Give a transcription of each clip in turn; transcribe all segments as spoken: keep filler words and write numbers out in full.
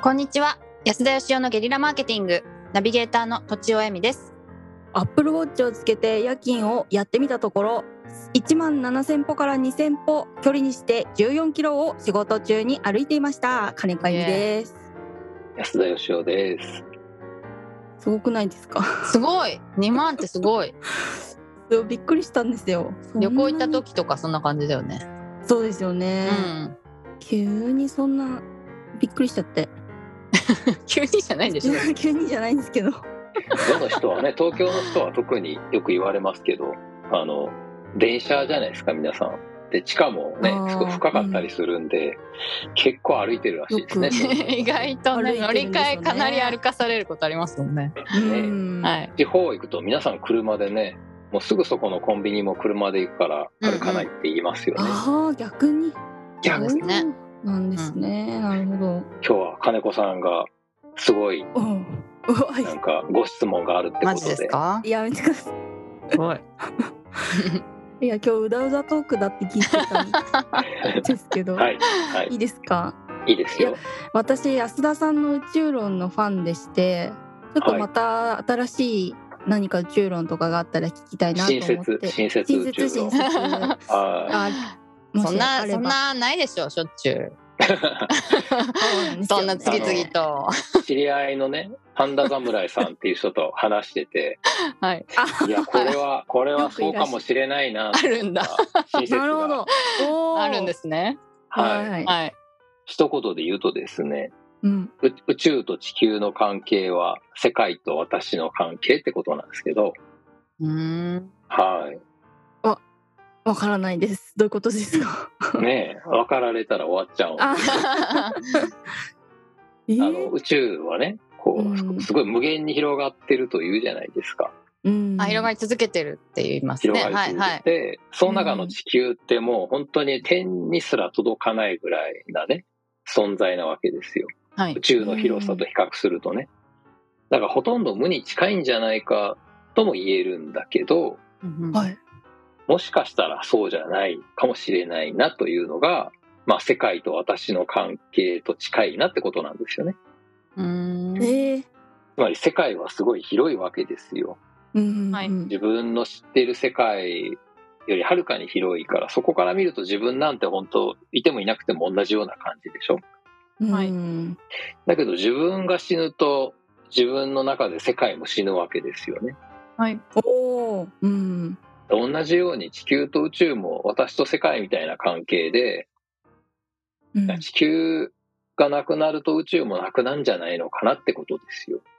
こんにちは。安田義雄のゲリラマーケティングナビゲーターのとちおえみです。 アップルウォッチをつけて夜勤をやってみたところ、いちまんななせんぽからにせんぽ距離にしてじゅうよんキロを仕事中に歩いていました。金子由美です。 安田義雄です。 すごくないですか？ すごい。にまんってすごい。 そうびっくりしたんですよ。 旅行行った時とかそんな感じだよね。 そうですよね、うん、急にそんなびっくりしちゃって急にじゃないんでしょ急にじゃないんですけど世の人はね、東京の人は特によく言われますけど、あの電車じゃないですか皆さんで、地下もねすごい深かったりするんで、うん、結構歩いてるらしいですね。 意外とね、乗り換えかなり歩かされることありますもんね。 ね、はい、地方行くと皆さん車でね、もうすぐそこのコンビニも車で行くから歩かないって言いますよね。 うんうん、ああ逆に逆ですね。 なんですね、うん、なるほど。 今日は金子さんがすごいなんかご質問があるってことで。 マジですか？ やめてください。すごいいや今日うだうだトークだって聞いてたんですけど、 はいはい、 いいですか？ いいですよ。 いや私安田さんの宇宙論のファンでして、ちょっとまた新しい何か宇宙論とかがあったら聞きたいなと思って。 新設宇宙論。 あそんなそんなないでしょ、しょっちゅうそんな次々と知り合いのねパンダ侍さんっていう人と話してて、はい、いやこれはこれはそうかもしれないな。 あるんだ。 なるほど。 あるんですね。 はい、はい、一言で言うとですね、うん、宇宙と地球の関係は世界と私の関係ってことなんですけど、 うーん、 はい。 あ、わからないです。どういうことですか？ ねえ、分かられたら終わっちゃうんですあ、えー、あの宇宙はねこう、うん、すごい無限に広がってるというじゃないですか。 うん、あ、広がり続けてるって言いますね。 広がり続けて、はいはい、その中の地球ってもう本当に天にすら届かないぐらいなね存在なわけですよ、はい、宇宙の広さと比較するとね。だからほとんど無に近いんじゃないかとも言えるんだけど、 うんはい、 もしかしたらそうじゃないかもしれないなというのが、まあ、世界と私の関係と近いなってことなんですよね。 うーん、えー、 つまり世界はすごい広いわけですよ、 うんはい、自分の知っている世界よりはるかに広いから、そこから見ると自分なんて本当いてもいなくても同じような感じでしょ、 はい、 だけど自分が死ぬと自分の中で世界も死ぬわけですよね。 はい、 おー、うん、 同じように地球と宇宙も私と世界みたいな関係で、うん、地球がなくなると宇宙もなくなるんじゃないのかなってことですよ。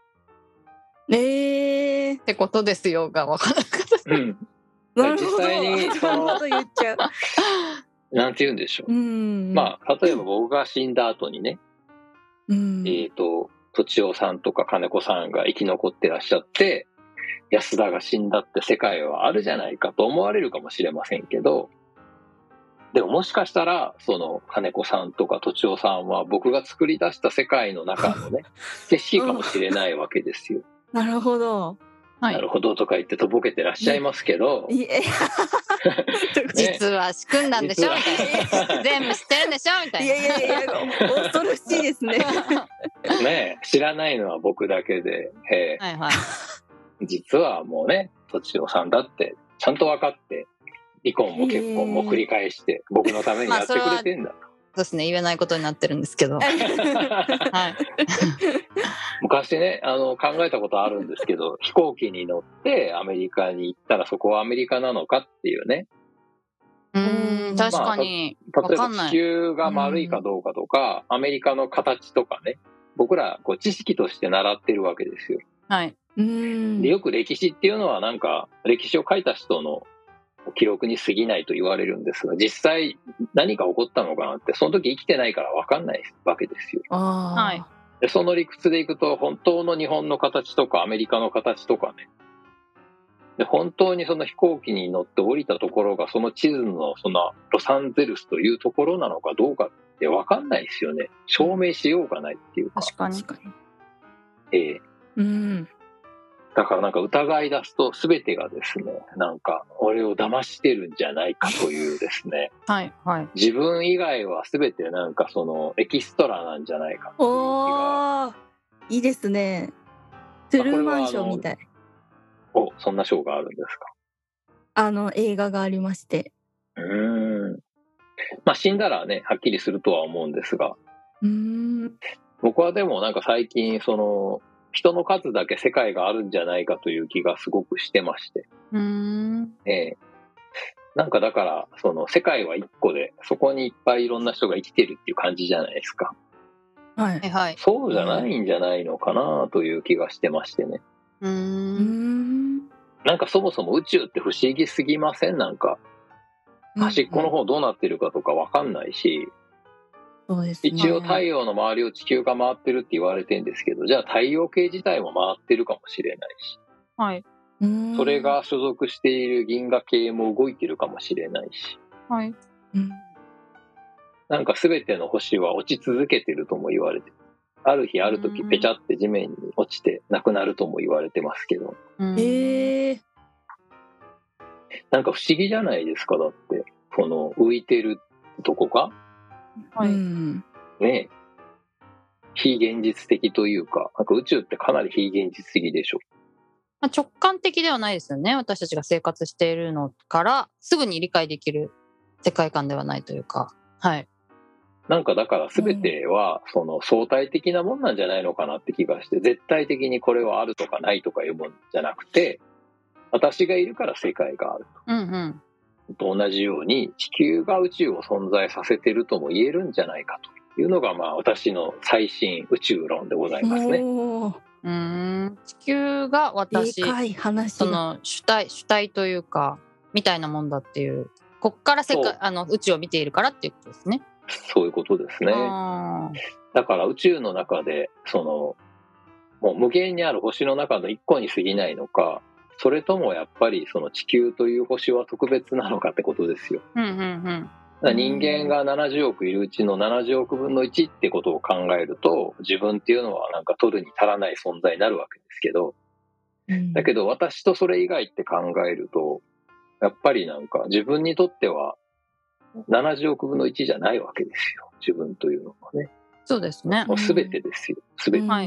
えー、 ってことですよが分からなかった、 うん、実際にその言っちゃうなんて言うんでしょう、うん、まあ例えば僕が死んだ後にね、うん、えっととちおさんとか金子さんが生き残ってらっしゃって、安田が死んだって世界はあるじゃないかと思われるかもしれませんけど、でももしかしたらその金子さんとかとちおさんは僕が作り出した世界の中のね景色かもしれないわけですよ。 なるほど、 はい、なるほどとか言ってとぼけてらっしゃいますけど、 いえ実は仕組んだんでしょみたいな全部知ってるんでしょみたいな。 いやいやいや恐ろしいですねね、知らないのは僕だけで、えーはいはい、実はもうねとちおさんだってちゃんと分かって離婚も結婚も繰り返して僕のためにやってくれてんだと、まあ、 そうですね、言えないことになってるんですけど、はい、 昔ねあの考えたことあるんですけど、飛行機に乗ってアメリカに行ったらそこはアメリカなのかっていうね。 うーん、確かに、 まあ、例えば地球が丸いかどうかとかアメリカの形とかね、僕らこう知識として習ってるわけですよ。 はい、 うーんでよく歴史っていうのはなんか歴史を書いた人の記録に過ぎないと言われるんですが、実際何が起こったのかなってその時生きてないから分かんないわけですよ。 あ、 はい、 でその理屈でいくと本当の日本の形とかアメリカの形とかね、で本当にその飛行機に乗って降りたところがその地図のそのロサンゼルスというところなのかどうかって分かんないですよね。証明しようがないっていうか。 確かに、 ええ、 うん、 だからなんか疑い出すと全てがですね、なんか俺を騙してるんじゃないかというですね、 はいはい、 自分以外は全てなんかそのエキストラなんじゃないかという気が。 おー、いいですね。トゥルーマンションみたい。 お、そんなショーがあるんですか。 あの映画がありまして。 うーん。まあ死んだらねはっきりするとは思うんですが、 うーん、 僕はでもなんか最近その人の数だけ世界があるんじゃないかという気がすごくしてまして、 うーん、 ええ、なんかだからその世界は一個でそこにいっぱいいろんな人が生きてるっていう感じじゃないですか。 はいはい、 そうじゃないんじゃないのかなという気がしてましてね。 うーん、 うーん、 なんかそもそも宇宙って不思議すぎません？なんか端っこの方どうなってるかとか分かんないし、 そうですね、 一応太陽の周りを地球が回ってるって言われてるんですけど、じゃあ太陽系自体も回ってるかもしれないし、 はい、 それが所属している銀河系も動いてるかもしれないし、 はい、 うん、 なんか全ての星は落ち続けてるとも言われて、ある日ある時ペチャって地面に落ちてなくなるとも言われてますけど、 へえ、 なんか不思議じゃないですか。だってこの浮いてるとこが、 はい、 うん、 ね、非現実的というか、なんか宇宙ってかなり非現実的でしょ。 まあ、直感的ではないですよね。私たちが生活しているのからすぐに理解できる世界観ではないというか、はい。 なんかだから全てはその相対的なもんなんじゃないのかなって気がして、絶対的にこれはあるとかないとかいうもんじゃなくて、私がいるから世界があると。 うんうん。 と同じように地球が宇宙を存在させてるとも言えるんじゃないかというのが、まあ私の最新宇宙論でございますね。 おー、 うーん、地球が私、 でかい話その主体主体というかみたいなもんだっていう、こっから世界あの宇宙を見ているからっていうことですね。 そういうことですね。だから宇宙の中でそのもう無限にある星の中の一個に過ぎないのか、それともやっぱりその地球という星は特別なのかってことですよ。 うんうんうん。 だから人間がななじゅうおくいるうちのななじゅうおくぶんのいちってことを考えると、自分っていうのはなんか取るに足らない存在になるわけですけど、 うん、 だけど私とそれ以外って考えると、やっぱりなんか自分にとってはななじゅうおくぶんのいちじゃないわけですよ。自分というのはね。 そうですね。 もう全てですよ。全て。 はい。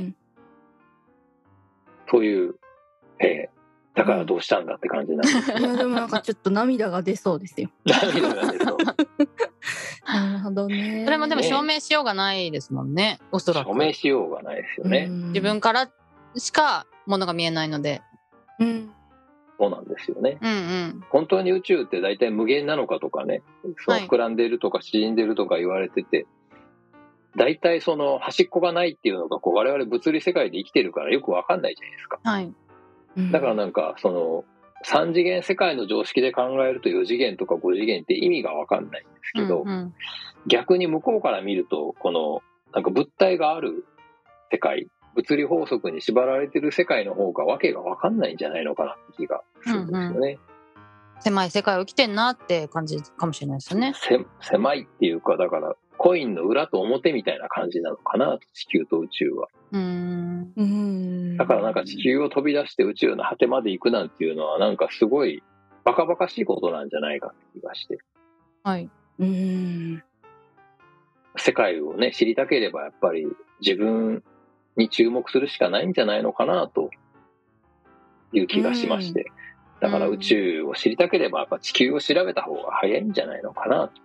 という、えーだからどうしたんだって感じなんですけど、 いやでもなんかちょっと涙が出そうですよ。 涙が出そう。 なるほどね。 それもでも証明しようがないですもんね、おそらく。 証明しようがないですよね。 自分からしかものが見えないので。 うん、 そうなんですよね。 うんうん。 本当に宇宙って大体無限なのかとかね、その膨らんでいるとか縮んでいるとか言われてて、大体その端っこがないっていうのがこう我々物理世界で生きてるからよくわかんないじゃないですか。 はい。 だからなんかそのさん次元世界の常識で考えるとよ次元とかご次元って意味がわかんないんですけど、 うんうん、 逆に向こうから見るとこのなんか物体がある世界、物理法則に縛られてる世界の方がわけがわかんないんじゃないのかなって気がするんですよね。うんうん、 狭い世界を生きてんなって感じかもしれないですよね。 狭いっていうか、だからコインの裏と表みたいな感じなのかな、地球と宇宙は。 うーん、 うーん、 だからなんか地球を飛び出して宇宙の果てまで行くなんていうのはなんかすごいバカバカしいことなんじゃないかって気がして。 はい。 うーん、 世界をね知りたければやっぱり自分に注目するしかないんじゃないのかなという気がしまして。だから宇宙を知りたければやっぱ地球を調べた方が早いんじゃないのかなと。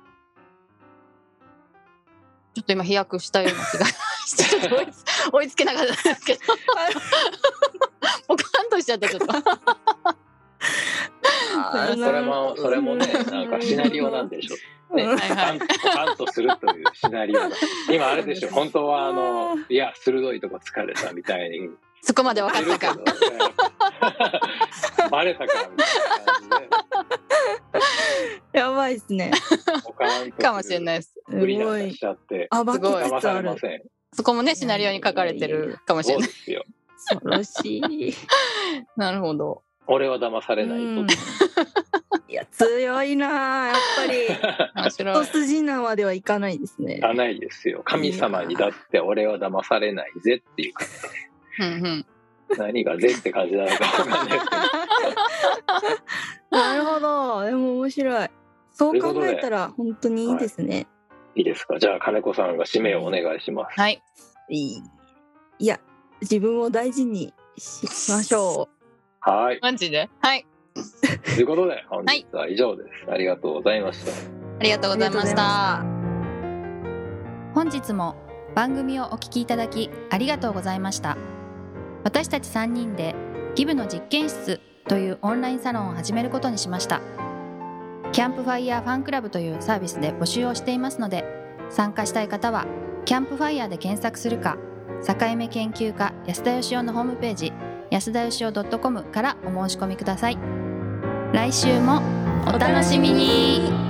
ちょっと今飛躍したような気がしてちょっと追いつ、追いつけなかったんですけどポカンとしちゃったちょっとそれもそれもねなんかシナリオなんでしょうね。ポカン、ポカンとするというシナリオ。今あれでしょ、本当はあのいや鋭いとこ疲れたみたいにそこまで分かったかバレたかみたいな感じでやばいですね。 かもしれないです。 無理なしちゃってすごい騙されません。 そこもねシナリオに書かれてるかもしれない。 そうですよ。 恐ろしい。 なるほど。 俺は騙されないと。 いや強いなやっぱり。 面白い。 一筋縄ではいかないですね。 いかないですよ。神様にだって俺は騙されないぜっていう感じで。 うんうん。 何がぜって感じなのか分かんないですけどなるほど、でも面白い。そう考えたら本当にいいですね、はい、 いいですか。じゃあ金子さんが締めをお願いします。 はい。 いや、自分を大事にしましょう。はい。 マジで。はい。 ということで本日は以上です、はい、ありがとうございました。 ありがとうございました。 本日も番組をお聞きいただきありがとうございました。私たちさんにんでギブの実験室というオンラインサロンを始めることにしました。キャンプファイヤーファンクラブというサービスで募集をしていますので、参加したい方はキャンプファイヤーで検索するか、境目研究家安田義雄のホームページ安田義雄 .com からお申し込みください。来週もお楽しみに。